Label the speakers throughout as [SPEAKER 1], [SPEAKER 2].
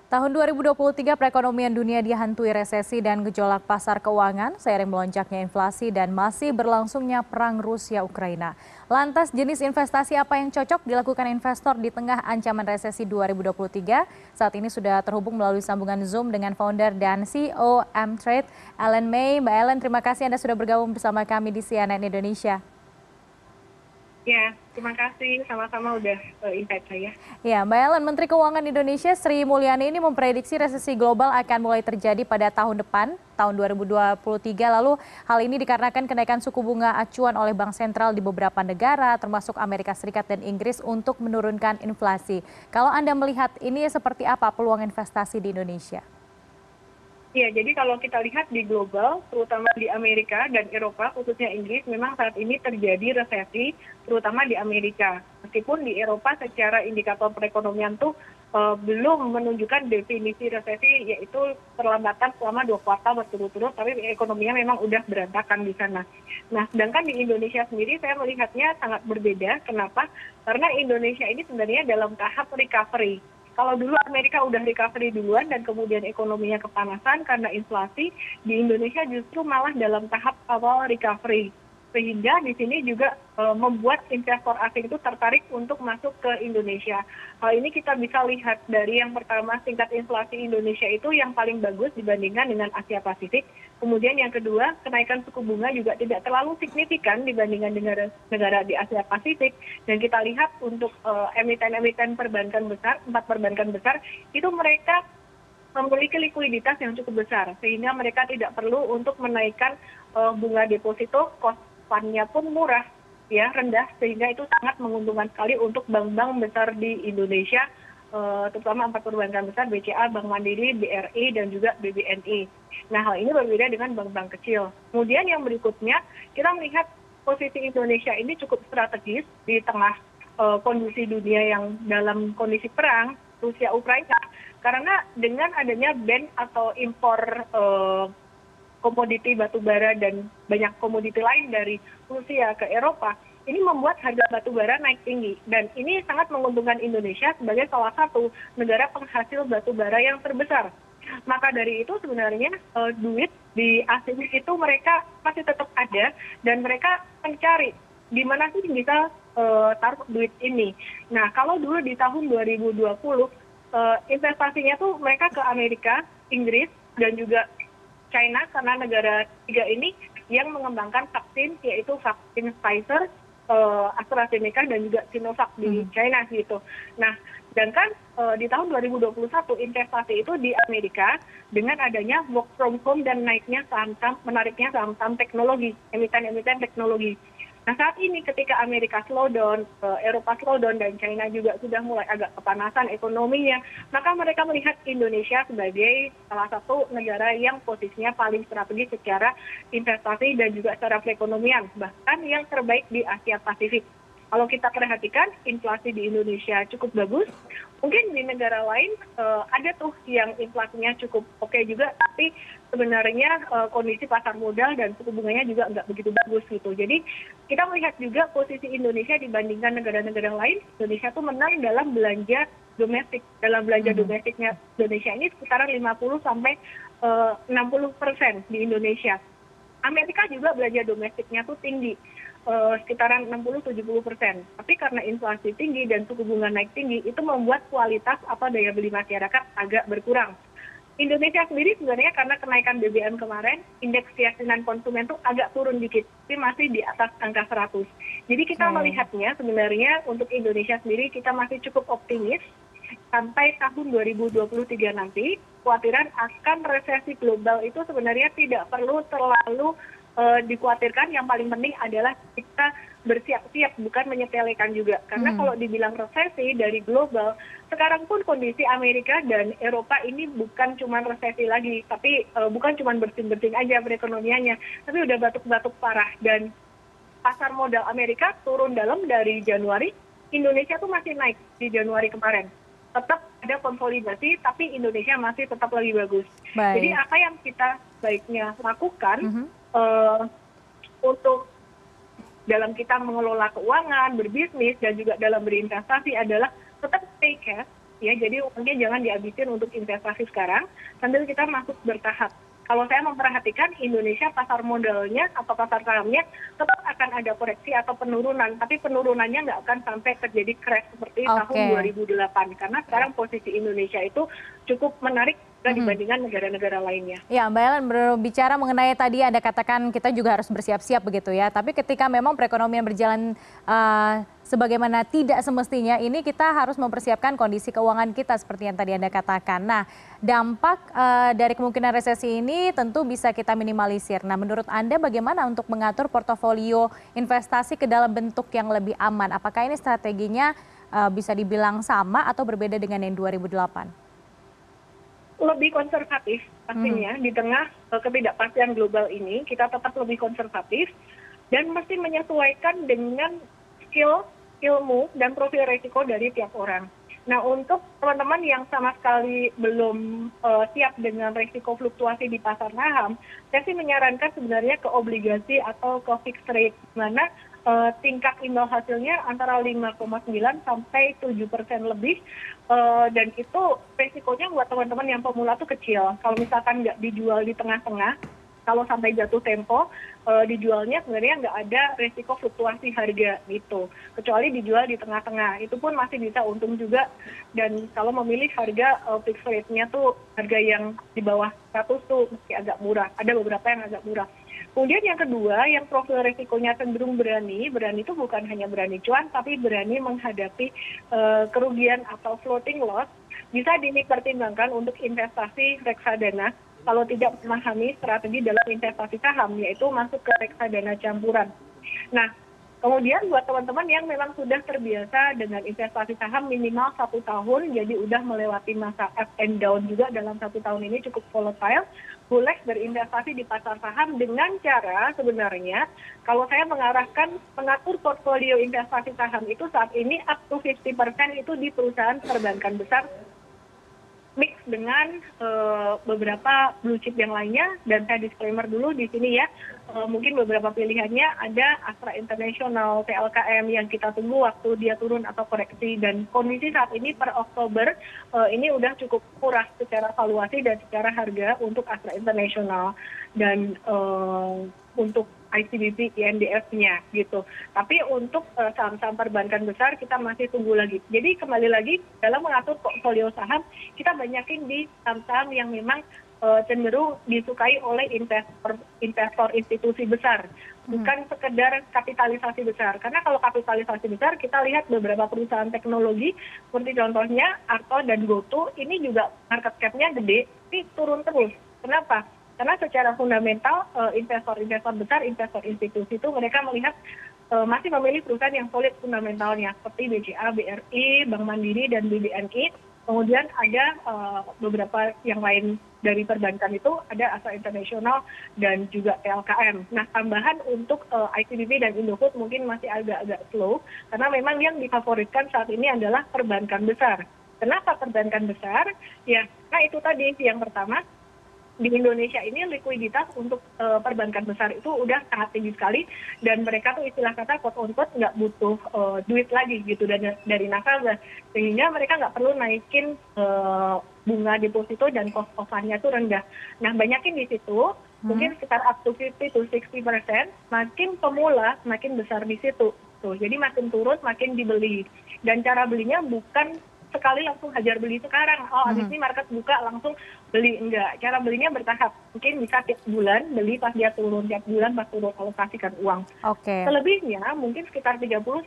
[SPEAKER 1] Tahun 2023 perekonomian dunia dihantui resesi dan gejolak pasar keuangan seiring melonjaknya inflasi dan masih berlangsungnya perang Rusia-Ukraina. Lantas jenis investasi apa yang cocok dilakukan investor di tengah ancaman resesi 2023? Saat ini sudah terhubung melalui sambungan Zoom dengan founder dan CEO M-Trade, Ellen May. Mbak Ellen, terima kasih Anda sudah bergabung bersama kami di CNN Indonesia.
[SPEAKER 2] Ya, terima kasih sama-sama udah invite saya.
[SPEAKER 1] Ya, Mbak Ellen, Menteri Keuangan Indonesia Sri Mulyani ini memprediksi resesi global akan mulai terjadi pada tahun depan, tahun 2023. Lalu hal ini dikarenakan kenaikan suku bunga acuan oleh Bank Sentral di beberapa negara, termasuk Amerika Serikat dan Inggris untuk menurunkan inflasi. Kalau Anda melihat ini seperti apa peluang investasi di Indonesia?
[SPEAKER 2] Ya, jadi kalau kita lihat di global, terutama di Amerika dan Eropa, khususnya Inggris, memang saat ini terjadi resesi, terutama di Amerika. Meskipun di Eropa secara indikator perekonomian tuh belum menunjukkan definisi resesi, yaitu perlambatan selama 2 kuartal berturut-turut, tapi ekonominya memang udah berantakan di sana. Nah, sedangkan di Indonesia sendiri saya melihatnya sangat berbeda. Kenapa? Karena Indonesia ini sebenarnya dalam tahap recovery. Kalau dulu Amerika udah recovery duluan dan kemudian ekonominya kepanasan karena inflasi, di Indonesia justru malah dalam tahap awal recovery. Sehingga di sini juga membuat investor asing itu tertarik untuk masuk ke Indonesia. Hal ini kita bisa lihat dari yang pertama, tingkat inflasi Indonesia itu yang paling bagus dibandingkan dengan Asia Pasifik. Kemudian yang kedua, kenaikan suku bunga juga tidak terlalu signifikan dibandingkan negara di Asia Pasifik. Dan kita lihat untuk emiten-emiten perbankan besar, 4 perbankan besar, itu mereka memiliki likuiditas yang cukup besar. Sehingga mereka tidak perlu untuk menaikkan bunga deposito, cost fund-nya pun murah, ya rendah, sehingga itu sangat menguntungkan sekali untuk bank-bank besar di Indonesia, terutama 4 perbankan besar, BCA, Bank Mandiri, BRI, dan juga BBNI. Nah, hal ini berbeda dengan bank-bank kecil. Kemudian yang berikutnya, kita melihat posisi Indonesia ini cukup strategis di tengah kondisi dunia yang dalam kondisi perang Rusia-Ukraina, karena dengan adanya ban atau impor komoditi batubara dan banyak komoditi lain dari Rusia ke Eropa, ini membuat harga batubara naik tinggi. Dan ini sangat menguntungkan Indonesia sebagai salah satu negara penghasil batubara yang terbesar. Maka dari itu sebenarnya duit di asing itu mereka masih tetap ada dan mereka mencari di mana sih bisa taruh duit ini. Nah, kalau dulu di tahun 2020 investasinya tuh mereka ke Amerika, Inggris, dan juga China, karena negara tiga ini yang mengembangkan vaksin, yaitu vaksin Pfizer, AstraZeneca, dan juga Sinovac di China gitu. Nah, sedangkan di tahun 2021 investasi itu di Amerika dengan adanya work from home dan menariknya saham-saham teknologi, emiten-emiten teknologi. Nah, saat ini ketika Amerika slow down, Eropa slow down, dan China juga sudah mulai agak kepanasan ekonominya, maka mereka melihat Indonesia sebagai salah satu negara yang posisinya paling strategis secara investasi dan juga secara perekonomian, bahkan yang terbaik di Asia Pasifik. Kalau kita perhatikan, inflasi di Indonesia cukup bagus. Mungkin di negara lain ada tuh yang inflasinya cukup oke juga, tapi sebenarnya kondisi pasar modal dan suku bunganya juga nggak begitu bagus gitu. Jadi kita melihat juga posisi Indonesia dibandingkan negara-negara lain, Indonesia tuh menang dalam belanja domestik. Dalam belanja domestiknya Indonesia ini sekitaran 50-60% di Indonesia. Amerika juga belanja domestiknya tuh tinggi, sekitaran 60-70%. Tapi karena inflasi tinggi dan suku bunga naik tinggi, itu membuat kualitas atau daya beli masyarakat agak berkurang. Indonesia sendiri sebenarnya karena kenaikan BBM kemarin, indeks keyakinan konsumen tuh agak turun dikit, tapi masih di atas angka 100. Jadi kita melihatnya sebenarnya untuk Indonesia sendiri kita masih cukup optimis sampai tahun 2023 nanti. Kekhawatiran akan resesi global itu sebenarnya tidak perlu terlalu dikhawatirkan. Yang paling penting adalah kita bersiap-siap, bukan menyepelekan juga. Karena kalau dibilang resesi dari global, sekarang pun kondisi Amerika dan Eropa ini bukan cuma resesi lagi, tapi bukan cuma bersin-bersin aja perekonomiannya, tapi udah batuk-batuk parah. Dan pasar modal Amerika turun dalam dari Januari, Indonesia tuh masih naik di Januari kemarin. Tetap ada konsolidasi, tapi Indonesia masih tetap lebih bagus. Jadi apa yang kita baiknya lakukan untuk dalam kita mengelola keuangan, berbisnis, dan juga dalam berinvestasi adalah tetap stay cash, ya, jadi uangnya jangan dihabisin untuk investasi sekarang, sambil kita masuk bertahap. Kalau saya memperhatikan Indonesia pasar modalnya atau pasar sahamnya tetap akan ada koreksi atau penurunan, tapi penurunannya nggak akan sampai terjadi crash seperti tahun
[SPEAKER 1] Oke.
[SPEAKER 2] 2008 karena sekarang posisi Indonesia itu cukup menarik dibandingkan negara-negara lainnya.
[SPEAKER 1] Ya, Mbak Ellen berbicara mengenai tadi Anda katakan kita juga harus bersiap-siap begitu ya. Tapi ketika memang perekonomian berjalan sebagaimana tidak semestinya, ini kita harus mempersiapkan kondisi keuangan kita seperti yang tadi Anda katakan. Nah, dampak dari kemungkinan resesi ini tentu bisa kita minimalisir. Nah, menurut Anda bagaimana untuk mengatur portofolio investasi ke dalam bentuk yang lebih aman? Apakah ini strateginya bisa dibilang sama atau berbeda dengan yang 2008?
[SPEAKER 2] Lebih konservatif pastinya di tengah ketidakpastian global ini, kita tetap lebih konservatif dan mesti menyesuaikan dengan skill, ilmu, dan profil resiko dari tiap orang. Nah, untuk teman-teman yang sama sekali belum siap dengan resiko fluktuasi di pasar saham, saya sih menyarankan sebenarnya ke obligasi atau ke fixed rate, di mana tingkat imbal hasilnya antara 5,9 sampai 7% lebih, dan itu resikonya buat teman-teman yang pemula tuh kecil. Kalau misalkan nggak dijual di tengah-tengah, kalau sampai jatuh tempo, dijualnya sebenarnya nggak ada resiko fluktuasi harga gitu. Kecuali dijual di tengah-tengah, itu pun masih bisa untung juga. Dan kalau memilih harga fixed rate-nya tuh harga yang di bawah 100 tuh masih agak murah. Ada beberapa yang agak murah. Kemudian yang kedua, yang profil resikonya cenderung berani itu bukan hanya berani cuan, tapi berani menghadapi kerugian atau floating loss, bisa dipertimbangkan untuk investasi reksadana kalau tidak memahami strategi dalam investasi saham, yaitu masuk ke reksadana campuran. Nah, kemudian buat teman-teman yang memang sudah terbiasa dengan investasi saham minimal 1 tahun, jadi udah melewati masa up and down juga dalam 1 tahun ini cukup volatile, boleh berinvestasi di pasar saham dengan cara sebenarnya kalau saya mengatur portfolio investasi saham itu saat ini up to 50% itu di perusahaan perbankan besar, mix dengan beberapa blue chip yang lainnya. Dan saya disclaimer dulu di sini ya, mungkin beberapa pilihannya ada Astra International, TLKM yang kita tunggu waktu dia turun atau koreksi, dan kondisi saat ini per Oktober ini udah cukup murah secara valuasi dan secara harga untuk Astra International dan untuk ICBP INDF-nya gitu. Tapi untuk saham-saham perbankan besar kita masih tunggu lagi. Jadi kembali lagi dalam mengatur portfolio saham, kita banyakin di saham-saham yang memang cenderung disukai oleh investor institusi besar, bukan sekedar kapitalisasi besar. Karena kalau kapitalisasi besar, kita lihat beberapa perusahaan teknologi seperti contohnya Arto dan GoTo, ini juga market cap-nya gede, tapi turun terus. Kenapa? Karena secara fundamental investor-investor besar, investor institusi itu mereka melihat masih memilih perusahaan yang solid fundamentalnya seperti BCA, BRI, Bank Mandiri, dan BBNI. Kemudian ada beberapa yang lain dari perbankan itu, ada Astra International dan juga TLKM. Nah, tambahan untuk ICBP dan Indofood mungkin masih agak-agak slow, karena memang yang difavoritkan saat ini adalah perbankan besar. Kenapa perbankan besar? Ya, nah itu tadi yang pertama, di Indonesia ini likuiditas untuk perbankan besar itu udah sangat tinggi sekali, dan mereka tuh istilah kata quote on quote nggak butuh duit lagi gitu dari nasabah, sehingga mereka nggak perlu naikin bunga deposito dan cost of fund-nya tuh rendah. Nah, banyakin di situ mungkin sekitar up to 50-60%, makin pemula makin besar di situ tuh. Jadi makin turun makin dibeli, dan cara belinya bukan sekali langsung hajar beli sekarang, habis ini market buka langsung beli, enggak. Cara belinya bertahap, mungkin bisa tiap bulan beli pas dia turun, tiap bulan pas turun alokasikan uang. Selebihnya mungkin sekitar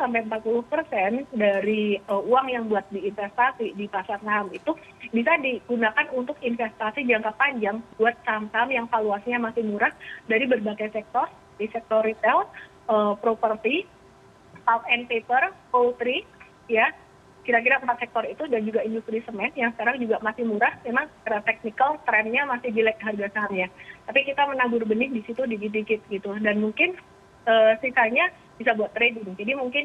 [SPEAKER 2] 30-40% dari uang yang buat diinvestasi di pasar saham itu bisa digunakan untuk investasi jangka panjang buat saham-saham yang valuasinya masih murah dari berbagai sektor, di sektor retail, properti, pulp and paper, poultry, ya. Kira-kira 4 sektor itu, dan juga industri semen yang sekarang juga masih murah. Memang secara teknikal trennya masih jelek harga sahamnya, tapi kita menabur benih di situ dikit-dikit gitu, dan mungkin sisanya bisa buat trading. Jadi mungkin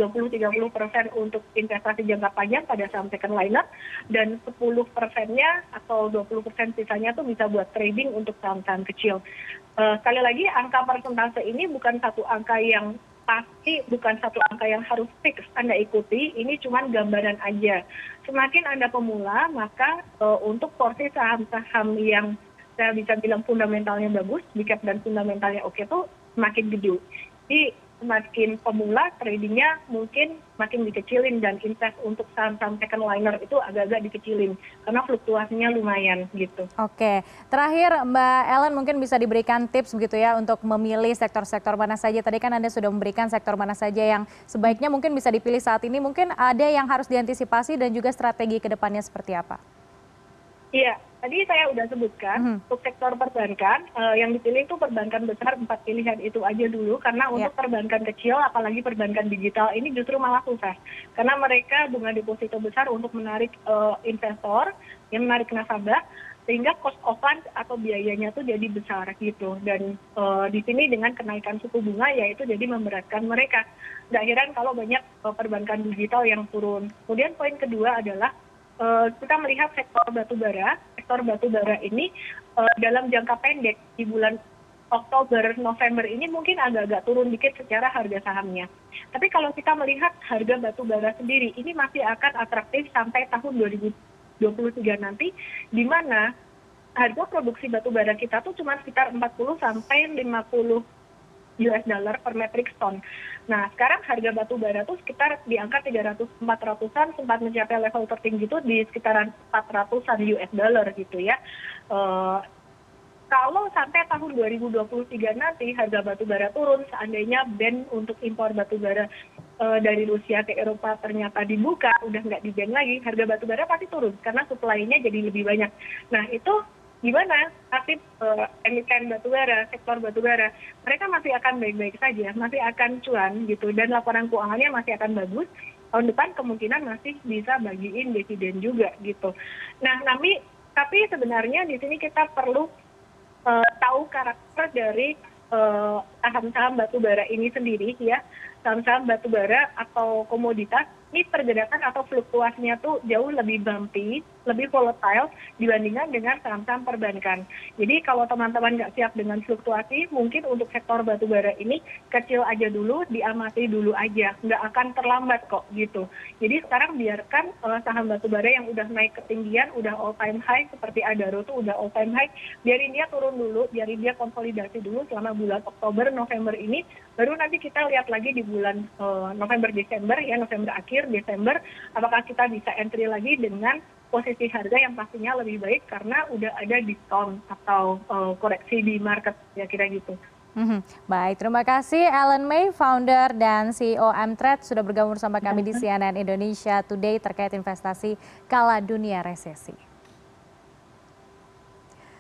[SPEAKER 2] 20-30% untuk investasi jangka panjang pada saham second liner, dan 10%-nya atau 20% sisanya tuh bisa buat trading untuk saham-saham kecil. Sekali lagi, angka persentase ini bukan satu angka yang pasti bukan satu angka yang harus fix Anda ikuti, ini cuma gambaran aja. Semakin Anda pemula, maka untuk porsi saham-saham yang saya bisa bilang fundamentalnya bagus, big cap dan fundamentalnya oke tuh semakin gede. Jadi semakin pemula tradingnya mungkin makin dikecilin dan invest untuk saham-saham second liner itu agak-agak dikecilin karena fluktuasinya lumayan gitu.
[SPEAKER 1] Oke, terakhir Mbak Ellen mungkin bisa diberikan tips begitu ya untuk memilih sektor-sektor mana saja. Tadi kan Anda sudah memberikan sektor mana saja yang sebaiknya mungkin bisa dipilih saat ini. Mungkin ada yang harus diantisipasi dan juga strategi ke depannya seperti apa?
[SPEAKER 2] Iya, tadi saya udah sebutkan untuk sektor perbankan yang dipilih itu perbankan besar 4 pilihan itu aja dulu karena untuk perbankan kecil apalagi perbankan digital ini justru malah susah karena mereka bunga deposito besar untuk menarik investor yang menarik nasabah sehingga cost of fund atau biayanya tuh jadi besar gitu dan di sini dengan kenaikan suku bunga yaitu jadi memberatkan mereka. Nggak heran kalau banyak perbankan digital yang turun. Kemudian poin kedua adalah kita melihat sektor batubara ini dalam jangka pendek di bulan Oktober, November ini mungkin agak-agak turun dikit secara harga sahamnya. Tapi kalau kita melihat harga batubara sendiri, ini masih akan atraktif sampai tahun 2023 nanti, di mana harga produksi batubara kita tuh cuma sekitar 40 sampai 50 US dollar per metric ton. Nah, sekarang harga batu bara tuh sekitar di angka 300-400-an, sempat mencapai level tertinggi itu di sekitaran 400-an US dollar gitu ya. Kalau sampai tahun 2023 nanti harga batu bara turun, seandainya ban untuk impor batu bara dari Rusia ke Eropa ternyata dibuka, udah nggak di-ban lagi, harga batu bara pasti turun karena supply-nya jadi lebih banyak. Nah, itu gimana nasib emiten batubara, sektor batubara, mereka masih akan baik-baik saja, masih akan cuan gitu, dan laporan keuangannya masih akan bagus. Tahun depan kemungkinan masih bisa bagiin dividen juga gitu. Nah, tapi sebenarnya di sini kita perlu tahu karakter dari saham-saham batubara ini sendiri ya. Saham-saham batubara atau komoditas ini pergerakan atau fluktuasinya tuh jauh lebih bumpy, lebih volatile dibandingkan dengan saham-saham perbankan. Jadi kalau teman-teman nggak siap dengan fluktuasi, mungkin untuk sektor batubara ini kecil aja dulu, diamati dulu aja, nggak akan terlambat kok gitu. Jadi sekarang biarkan saham batubara yang udah naik ketinggian, udah all time high seperti Adaro tuh udah all time high, biarin dia turun dulu, biarin dia konsolidasi dulu selama bulan Oktober, November ini, baru nanti kita lihat lagi di bulan November, Desember ya, November akhir, Desember, apakah kita bisa entry lagi dengan posisi harga yang pastinya lebih baik karena udah ada diskon atau koreksi di market ya kira gitu.
[SPEAKER 1] Baik, terima kasih Ellen May, founder dan CEO M-Trade sudah bergabung bersama kami di CNN Indonesia Today terkait investasi kala dunia resesi.